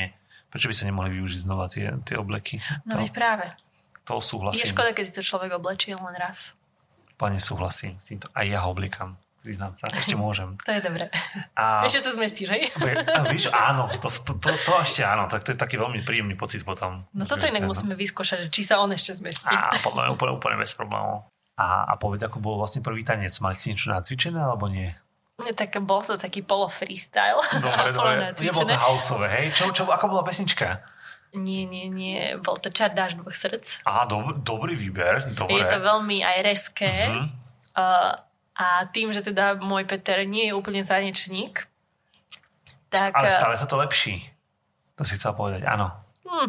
Prečo by sa nemohli využiť znova tie, tie obleky? No veď práve. To súhlasím. Je škoda, keď si to človek oblečí len raz. Plne súhlasím s týmto. Aj ja ho oblikám. Priznám sa, ešte môžem. To je dobré. A... Ešte sa zmestíš, hej? A víš, áno, to, to, to, to ešte áno, tak to je taký veľmi príjemný pocit potom. No toto inak no. musíme vyskúšať, či sa on ešte zmestí. Á, podľa mňa úplne, úplne bez problémov. A, a povedz, ako bol vlastne prvý tanec. Mali si niečo nacvičené, alebo nie? Tak bol to taký polo freestyle. Dobre, dobre. Nebolo to houseové, hej? Čo, čo, ako bola pesnička? Nie, nie, nie. Bol to Čar dáš dvoch srdc. Aha, do, dobrý výber. Dobre. Je to veľmi aj reské. Uh-huh. Uh, A tým, že teda môj Peter nie je úplne tanečník, tak... Ale stále sa to lepší. To si chcel povedať, áno. Hmm.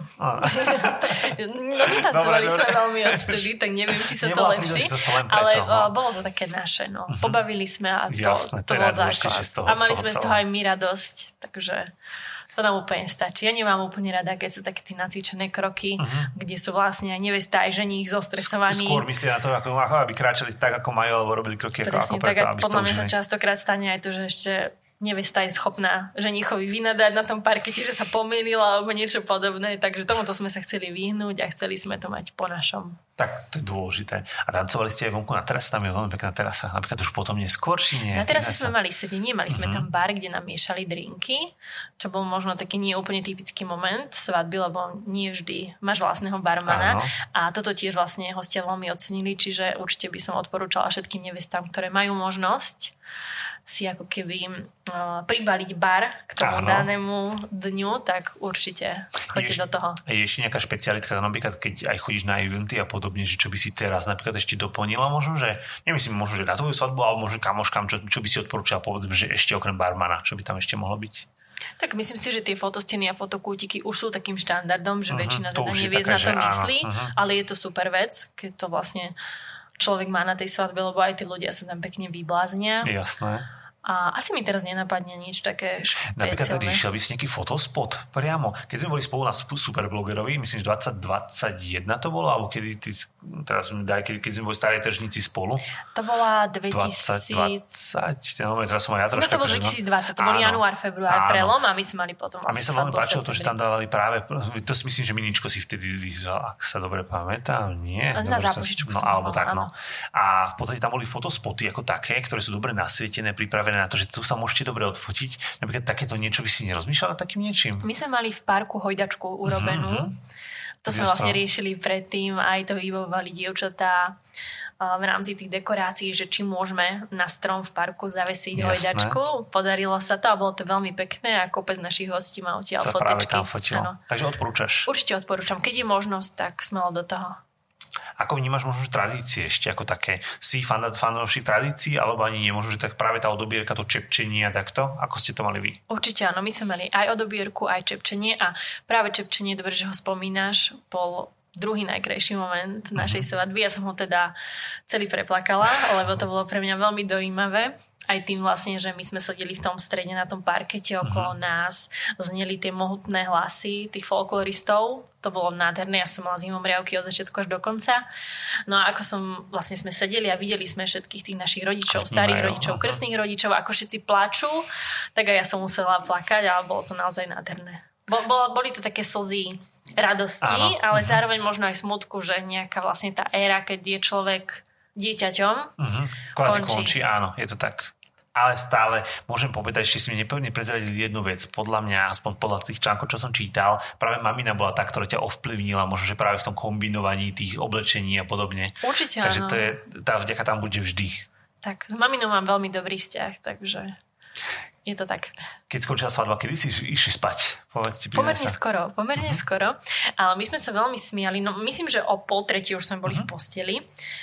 No, tancovali sme veľmi odvtedy, tak neviem, či sa to lepší. Ale no. bolo to také naše, no. Uh-huh. Pobavili sme a to, Jasné, to, to bol základ. Toho, a mali sme z toho aj my radosť, takže... To nám úplne stačí. Ja nemám úplne rada, keď sú také tie nacvičené kroky, uh-huh. kde sú vlastne aj nevesta, aj ženích zostresovaní. Skôr myslia na to, ako, ako aby kráčali tak, ako majú, alebo robili kroky Presne, ako, ako preto, tak, aby podľa mňa sa častokrát stane aj to, že ešte nevesta je schopná ženichovi vynadať na tom parkete, že sa pomýlila alebo niečo podobné. Takže tomuto sme sa chceli vyhnúť a chceli sme to mať po našom. Tak to je dôležité. A tancovali ste aj vonku na terase, tam je veľmi pekná terasa. Napríklad už potom neskôr, či nie? Na terase sme mali sedenie, mali sme uh-huh. tam bar, kde nám miešali drinky, čo bol možno taký nie úplne typický moment svadby, lebo nie vždy máš vlastného barmana. Áno. A toto tiež vlastne hostia veľmi ocenili, čiže určite by som odporúčala všetkým nevestám, ktoré majú možnosť si ako keby uh, pribaliť bar k tomu Áno. danému dňu, tak určite choďte do toho. Je ešte nejaká špecialitka, napríklad keď aj chodíš na eventy a podobne, že čo by si teraz napríklad ešte doplnila možno, že nemyslím možno, že na tvoju svadbu, ale možno kamoškám, čo, čo by si odporúčala, povedzme, že ešte okrem barmana, čo by tam ešte mohlo byť? Tak myslím si, že tie fotosteny a fotokútiky už sú takým štandardom, že uh-huh, väčšina teda neviez taká, na to myslí, uh-huh. ale je to super vec, keď to vlastne človek má na tej svadbe, lebo aj tí ľudia sa tam pekne vybláznia. Jasné. A asi mi teraz nenapadne nič také špeciálne. Napríklad riešil by si nejaký fotospot priamo. Keď sme boli spolu na Superblogerovi, myslím, že dvadsať dvadsaťjeden to bolo, alebo kedy ty, teraz mi daj, keď, keď sme boli starej tržnici spolu. To bola dvetisíc... dvadsať dvadsať No, teraz som aj ja troška... No to bol dvetisícdvadsať to bol január, február, prelom a my sme mali potom vlastne. A mi sa veľmi páčilo to, že tam dávali práve, to si myslím, že Miničko si vtedy vyhral, ak sa dobre pamätám, nie? Na zápožičku som, no, alebo tak, no. A v podstate tam boli fotospoty ako také, ktoré sú dobre nasvietené, pripravené na to, že tu sa môžete dobre odfotiť. Napríklad takéto niečo by si nerozmýšľala takým niečím? My sme mali v parku hojdačku urobenú. Uh-huh. To sme vlastne riešili predtým. Aj to vybavovali dievčatá v rámci tých dekorácií, že či môžeme na strom v parku zavesiť Jasné. hojdačku. Podarilo sa to a bolo to veľmi pekné a kopec našich hostí má odtiaľ sa fotečky. Práve tam fotilo. Takže odporúčaš? Určite odporúčam. Keď je možnosť, tak smelo do toho. Ako vnímaš možno tradície ešte ako také? Si fanúšik tradícií, alebo ani nemôžu, že tak práve tá odobierka, to čepčenie a takto? Ako ste to mali vy? Určite áno, my sme mali aj odobierku, aj čepčenie a práve čepčenie, dobre, že ho spomínaš, bol druhý najkrajší moment našej mm-hmm. svadby. Ja som ho teda celý preplakala, lebo to bolo pre mňa veľmi dojímavé. Aj tým vlastne, že my sme sedeli v tom strede na tom parkete okolo uh-huh. nás, zneli tie mohutné hlasy tých folkloristov. To bolo nádherné, ja som mala zimomriavky od začiatku až do konca. No a ako som, vlastne sme sedeli a videli sme všetkých tých našich rodičov, starých rodičov, uh-huh. krstných rodičov, ako všetci plačú, tak aj ja som musela plakať, ale bolo to naozaj nádherné. Bolo, boli to také slzy radosti, Áno. ale uh-huh. zároveň možno aj smutku, že nejaká vlastne tá éra, keď je človek dieťaťom, uh-huh. končí. končí. Áno, je to tak. Ale stále môžem povedať, že si mi neprezradili jednu vec. Podľa mňa, aspoň podľa tých článkov, čo som čítal, práve mamina bola tá, ktorá ťa ovplyvnila, možno, že práve v tom kombinovaní tých oblečení a podobne. Určite takže áno. To je, tá vďaka tam bude vždy. Tak, s maminou mám veľmi dobrý vzťah, takže je to tak. Keď skončila svadba, kedy si išli spať? Povedz, pomerne sa. skoro, pomerne uh-huh. skoro. Ale my sme sa veľmi smiali. No, myslím, že o pol tretí už sme boli uh-huh. v posteli.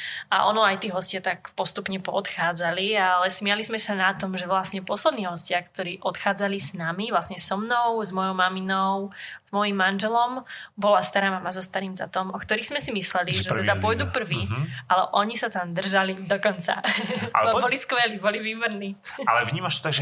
A ono aj tí hostia tak postupne poodchádzali, ale smiali sme sa na tom, že vlastne poslední hostia, ktorí odchádzali s nami, vlastne so mnou, s mojou maminou, s mojím manželom, bola stará mama so starým tatom, o ktorých sme si mysleli, že, že teda pôjdu prví, uh-huh. ale oni sa tam držali do konca. Ale boli skvelí, boli výborní. Ale vnímaš to tak, že nie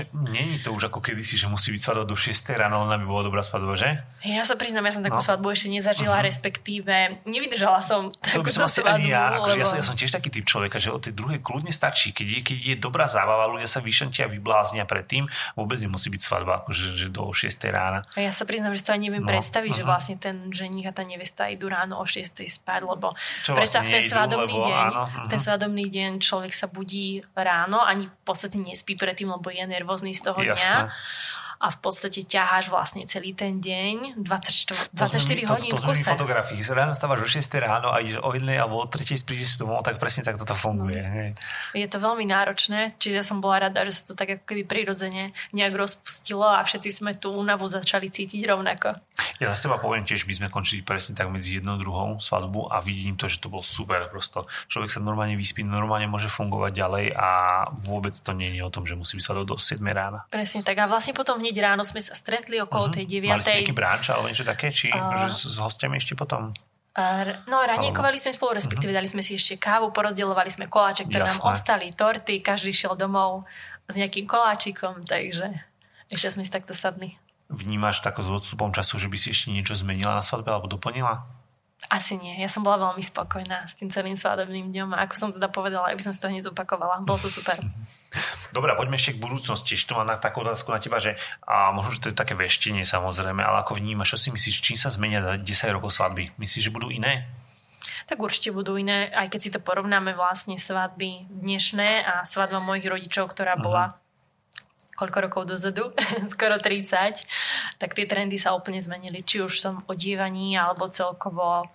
není to už ako kedysi, že musí byť svadba do šiestej ráno, len aby bola dobrá svadba, že? Ja sa priznám, ja som takú no. svadbu ešte nezažila, uh-huh. respektíve nevydržala som to by som asi ani ja, lebo... ja, som, ja som tiež taký typ človeka, že od tej druhej kľudne stačí. Keď je, keď je dobrá zábava, ľudia sa vyšantia, vybláznia predtým, vôbec nemusí byť svadba, akože že do šiestej rána. A ja sa priznám, že to ani neviem no. predstaviť, uh-huh. že vlastne ten ženích a tá nevesta idú ráno o šiestej spať, lebo predsa v ten svadobný deň, uh-huh. v ten svadobný deň človek sa budí ráno, ani v podstate nespí predtým, lebo je nervózny z toho Jasné. dňa. A v podstate ťaháš vlastne celý ten deň, dvadsaťštyri, dvadsaťštyri to, hodín to, to, to v kuse. To fotografii. Ráno stávaš o šiestej ráno a ideš o jednej alebo o tretej prídeš domov, tak presne tak toto funguje. No. Je to veľmi náročné, čiže som bola rada, že sa to tak ako keby prirodzene nejak rozpustilo a všetci sme tú únavu začali cítiť rovnako. Ja za seba poviem tiež, my sme končili presne tak medzi jednou druhou svadbu a vidím to, že to bolo super. Prosto. Človek sa normálne vyspí, normálne môže fungovať ďalej a vôbec to nie je o tom, že musí byť svadba do siedmej rána. Presne tak. A vlastne potom hneď ráno sme sa stretli okolo uh-huh. tej deviatej. Mali ste nejaký bránč alebo niečo také? Či uh, že s hostiami ešte potom? Uh, no raniekovali sme spolu, respektíve uh-huh. dali sme si ešte kávu, porozdeľovali sme koláče, ktoré Jasné. nám ostali, torty, každý šiel domov s nejakým koláčikom, takže ešte sme si takto sadli. Vnímaš tako s odstupom času, že by si ešte niečo zmenila na svadbe alebo doplnila? Asi nie. Ja som bola veľmi spokojná s tým celým svadobným dňom a ako som teda povedala, aby som si to hneď zopakovala. Bolo to super. Dobre, poďme ešte k budúcnosti. Ešte tu mám na takú otázku na teba, že a možno, že to je také veštenie samozrejme, ale ako vnímaš, čo si myslíš, čím sa zmenia za desať rokov svadby? Myslíš, že budú iné? Tak určite budú iné, aj keď si to porovnáme vlastne svadby dnešné a svadba mojich rodičov, ktorá bola uh-huh. koľko rokov dozadu, skoro tridsať, tak tie trendy sa úplne zmenili. Či už som odievaní, alebo celkovo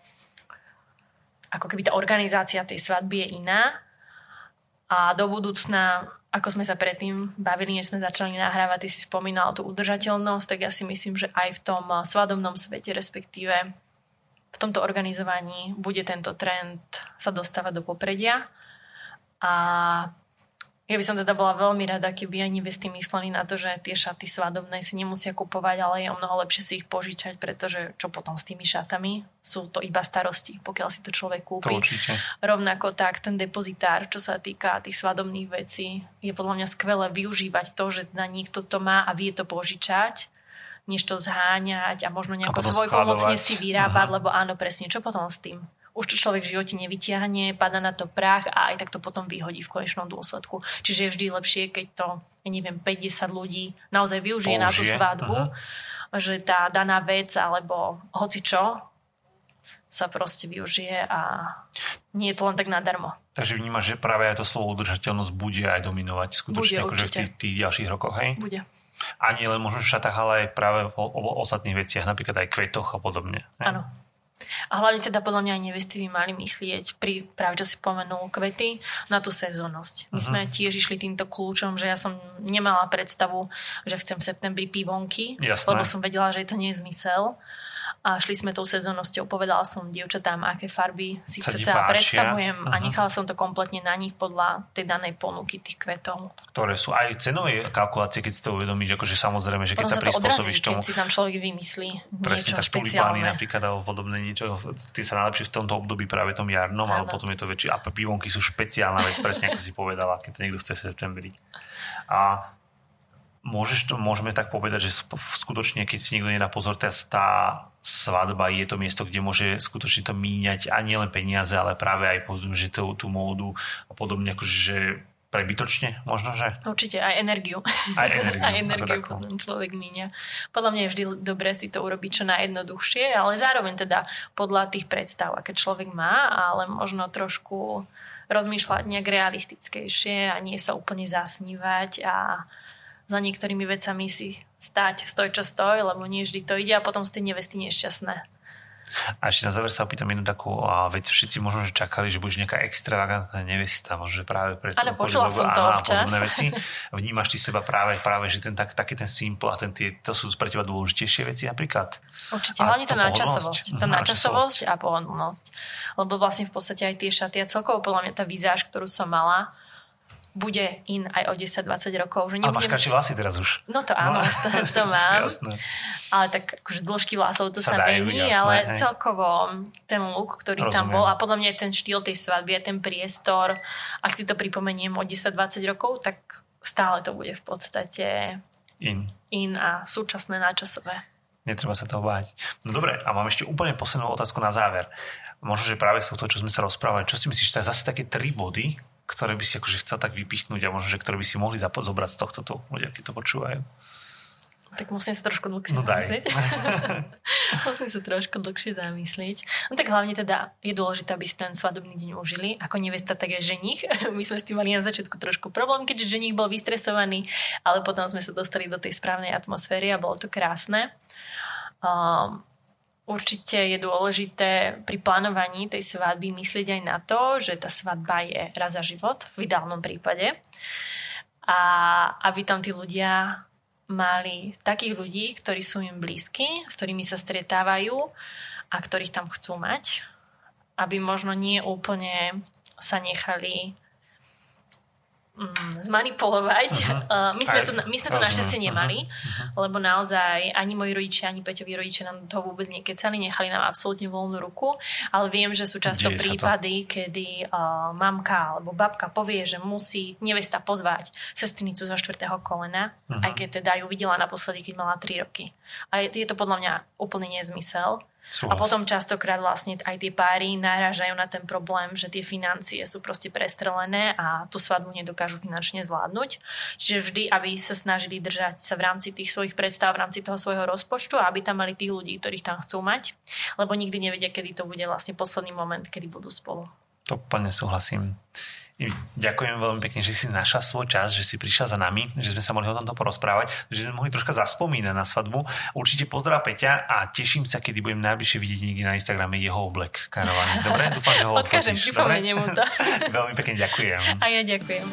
ako keby tá organizácia tej svadby je iná. A do budúcna, ako sme sa predtým bavili, než sme začali nahrávať, ty si spomínal tú udržateľnosť, tak ja si myslím, že aj v tom svadobnom svete, respektíve v tomto organizovaní bude tento trend sa dostávať do popredia. A ja by som teda bola veľmi rada, keby aj nevesty mysleli na to, že tie šaty svadobné si nemusia kupovať, ale je o mnoho lepšie si ich požičať, pretože čo potom s tými šatami? Sú to iba starosti, pokiaľ si to človek kúpi. To určite. Rovnako tak ten depozitár, čo sa týka tých svadobných vecí, je podľa mňa skvelé využívať to, že teda niekto to má a vie to požičať, než to zháňať a možno nejako svojpomocne si vyrábať, uh-huh. lebo áno, presne, čo potom s tým? Už to človek v živote nevytiahne, padá na to prach a aj tak to potom vyhodí v konečnom dôsledku. Čiže je vždy lepšie, keď to, ja neviem, päť desať ľudí naozaj využije Použije. na tú svadbu, uh-huh. že tá daná vec alebo hocičo sa proste využije a nie je to len tak nadarmo. Takže vnímaš, že práve aj to slovo udržateľnosť bude aj dominovať skutočne akože v tých, tých ďalších rokoch, hej? Bude. A nie len možno v šatách, ale aj práve o, o ostatných veciach, napríklad aj kvetoch a podobne. Áno. A hlavne teda podľa mňa aj nevesty by mali myslieť pri, práve čo si pomenul kvety, na tú sezónnosť. My uh-huh. sme tiež išli týmto kľúčom, že ja som nemala predstavu, že chcem v septembri pivonky, Jasné. lebo som vedela, že to nie je zmysel. A šli sme tou sezónnosťou, povedala som dievčatám, aké farby si cca predstavujem uh-huh. a nechala som to kompletne na nich podľa tej danej ponuky tých kvetov. Ktoré sú aj cenové kalkulácie, keď si to uvedomíš, akože samozrejme, že keď potom sa prispôsobíš tomu. Keď si tam človek vymyslí presne, niečo tak tulipány napríklad alebo podobné niečo, tie sa najlepšie v tomto období práve tom jarnom, ale potom je to väčšie. A pivonky sú špeciálna vec, presne ako si povedala, keď to niekto chce v septembri. A môžeš to, môžeme tak povedať, že skutočne, keď si niekto nedá pozor, tá svadba je to miesto, kde môže skutočne to míňať a nie len peniaze, ale práve aj povedzme, že tú, tú módu a podobne, akože že prebytočne možno, že? Určite, aj energiu. Aj energiu. aj energiu potom človek míňa. Podľa mňa je vždy dobré si to urobiť čo najjednoduchšie, ale zároveň teda podľa tých predstav, aké človek má, ale možno trošku rozmýšľať nejak realistickejšie a nie sa úplne zasnívať a za niektorými vecami si stáť, stoj čo stoj, lebo nie vždy to ide a potom z tej nevesty nešťastné. A ešte na záver sa opýtam jednu takú vec. Všetci možno, že čakali, že budeš nejaká extravagantná nevesta, možno, že práve preto. Ale počula som to občas. Veci. Vnímaš ty seba práve, práve že ten, tak, taký ten simple a ten, tie, to sú pre teba dôležitejšie veci napríklad? Určite, hlavne tá načasovosť. Tá načasovosť a pohodlnosť. Lebo vlastne v podstate aj tie šaty a celkovo podľa mňa tá vizáž, ktorú som mala, bude in aj o desať dvadsať rokov. Že nebudem... Ale máš kratšie vlasy teraz už. No to áno, no. to, to mám. Jasné. Ale tak akože dĺžky vlasov to sa, sa mení, jasné, ale hej. celkovo ten look, ktorý Rozumiem. tam bol a podľa mňa je ten štýl tej svadby a ten priestor, ak si to pripomeniem o desať dvadsať rokov, tak stále to bude v podstate In. In a súčasné náčasové. Netreba sa toho báť. No dobre, a mám ešte úplne poslednú otázku na záver. Možno, že práve z toho, čo sme sa rozprávali, čo si myslíš, to je zase také tri body, ktoré by si akože chcel tak vypichnúť a možno, že ktoré by si mohli zapo- zobrať z tohto tu ľudia, keď to počúvajú? Tak musím sa trošku dlhšie no zamyslieť. musím sa trošku dlhšie zamyslieť. No tak hlavne teda je dôležité, aby si ten svadobný deň užili. Ako nevesta, tak aj ženích. My sme s tým mali na začiatku trošku problém, keďže ženích bol vystresovaný, ale potom sme sa dostali do tej správnej atmosféry a bolo to krásne. Um, určite je dôležité pri plánovaní tej svadby myslieť aj na to, že tá svadba je raz za život, v ideálnom prípade. A aby tam tí ľudia mali takých ľudí, ktorí sú im blízki, s ktorými sa stretávajú a ktorých tam chcú mať, aby možno nie úplne sa nechali mm, zmanipulovať. Uh-huh. My sme to, my sme to uh-huh. našťastie nemali, uh-huh. lebo naozaj ani moji rodičia, ani Peťovi rodičia nám to vôbec nekecali, nechali nám absolútne voľnú ruku, ale viem, že sú často Deje prípady, kedy uh, mamka alebo babka povie, že musí nevesta pozvať sestrinicu zo štvrtého kolena, uh-huh. aj keď teda ju videla naposledy, keď mala tri roky. A je, je to podľa mňa úplný nezmysel. Súhlas. A potom častokrát vlastne aj tie páry narážajú na ten problém, že tie financie sú proste prestrelené a tú svadbu nedokážu finančne zvládnuť. Čiže vždy, aby sa snažili držať sa v rámci tých svojich predstav, v rámci toho svojho rozpočtu a aby tam mali tých ľudí, ktorých tam chcú mať, lebo nikdy nevedia, kedy to bude vlastne posledný moment, kedy budú spolu. To plne súhlasím. Ďakujem veľmi pekne, že si našla svoj čas, že si prišla za nami, že sme sa mohli o tomto porozprávať, že sme mohli troška zaspomínať na svadbu. Určite pozdrav Peťa a teším sa, kedy budem najbližšie vidieť niekde na Instagrame jeho oblek karavany. Dobre? Dúfam, že ho odfotíš. Odkážem, pripomeniem mu to. Veľmi pekne ďakujem. A ja ďakujem.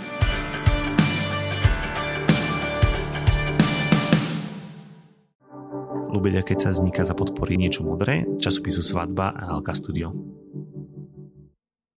Ľubeľa, keď sa vzniká za podpory Niečo modré, časopisu Svadba a Alka Studio.